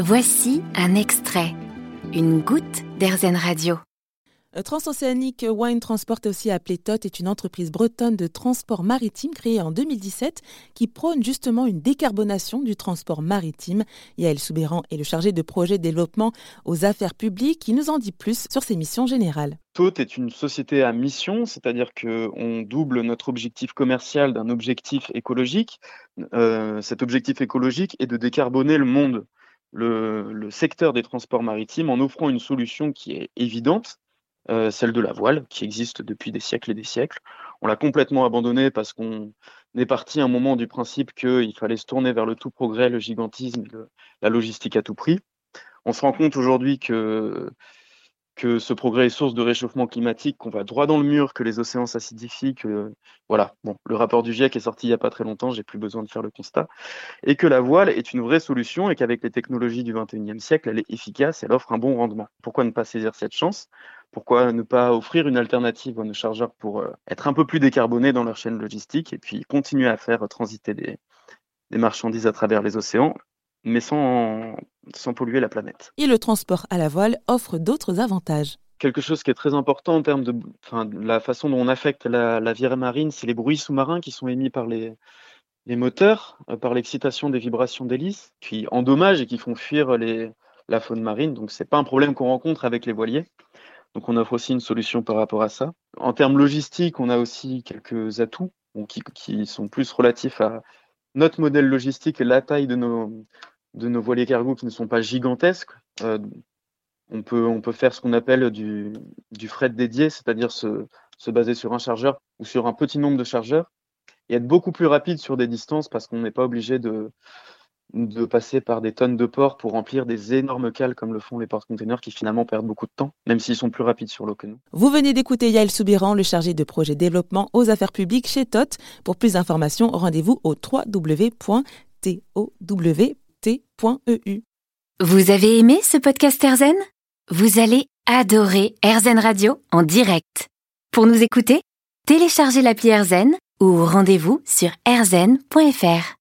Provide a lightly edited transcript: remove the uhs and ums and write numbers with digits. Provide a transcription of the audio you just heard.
Voici un extrait, une goutte d'Airzen Radio. Transoceanic Wine Transport, aussi appelé TOT, est une entreprise bretonne de transport maritime créée en 2017 qui prône justement une décarbonation du transport maritime. Yael Soubeyran est le chargé de projet développement aux affaires publiques qui nous en dit plus sur ses missions générales. TOT est une société à mission, c'est-à-dire qu'on double notre objectif commercial d'un objectif écologique. Cet objectif écologique est de décarboner le monde, le secteur des transports maritimes, en offrant une solution qui est évidente, celle de la voile, qui existe depuis des siècles et des siècles. On l'a complètement abandonnée parce qu'on est parti à un moment du principe qu'il fallait se tourner vers le tout progrès, le gigantisme, la logistique à tout prix. On se rend compte aujourd'hui que ce progrès est source de réchauffement climatique, qu'on va droit dans le mur, que les océans s'acidifient, voilà. Bon, le rapport du GIEC est sorti il n'y a pas très longtemps, j'ai plus besoin de faire le constat, et que la voile est une vraie solution et qu'avec les technologies du 21e siècle, elle est efficace, elle offre un bon rendement. Pourquoi ne pas saisir cette chance ? Pourquoi ne pas offrir une alternative à nos chargeurs pour être un peu plus décarbonés dans leur chaîne logistique et puis continuer à faire transiter des marchandises à travers les océans, mais sans polluer la planète. Et le transport à la voile offre d'autres avantages. Quelque chose qui est très important en termes de la façon dont on affecte la vie marine, c'est les bruits sous-marins qui sont émis par les moteurs, par l'excitation des vibrations d'hélices, qui endommagent et qui font fuir la faune marine. Donc c'est pas un problème qu'on rencontre avec les voiliers. Donc on offre aussi une solution par rapport à ça. En termes logistiques, on a aussi quelques atouts qui sont plus relatifs à notre modèle logistique et la taille de nos voiliers cargo qui ne sont pas gigantesques. On peut faire ce qu'on appelle du fret dédié, c'est-à-dire se baser sur un chargeur ou sur un petit nombre de chargeurs et être beaucoup plus rapide sur des distances parce qu'on n'est pas obligé de passer par des tonnes de ports pour remplir des énormes cales comme le font les porte-containers qui finalement perdent beaucoup de temps, même s'ils sont plus rapides sur l'eau que nous. Vous venez d'écouter Yael Soubeyran, le chargé de projet développement aux affaires publiques chez TOT. Pour plus d'informations, rendez-vous au www.towt.eu. Vous avez aimé ce podcast Airzen ? Vous allez adorer Airzen Radio en direct. Pour nous écouter, téléchargez l'appli Airzen ou rendez-vous sur airzen.fr.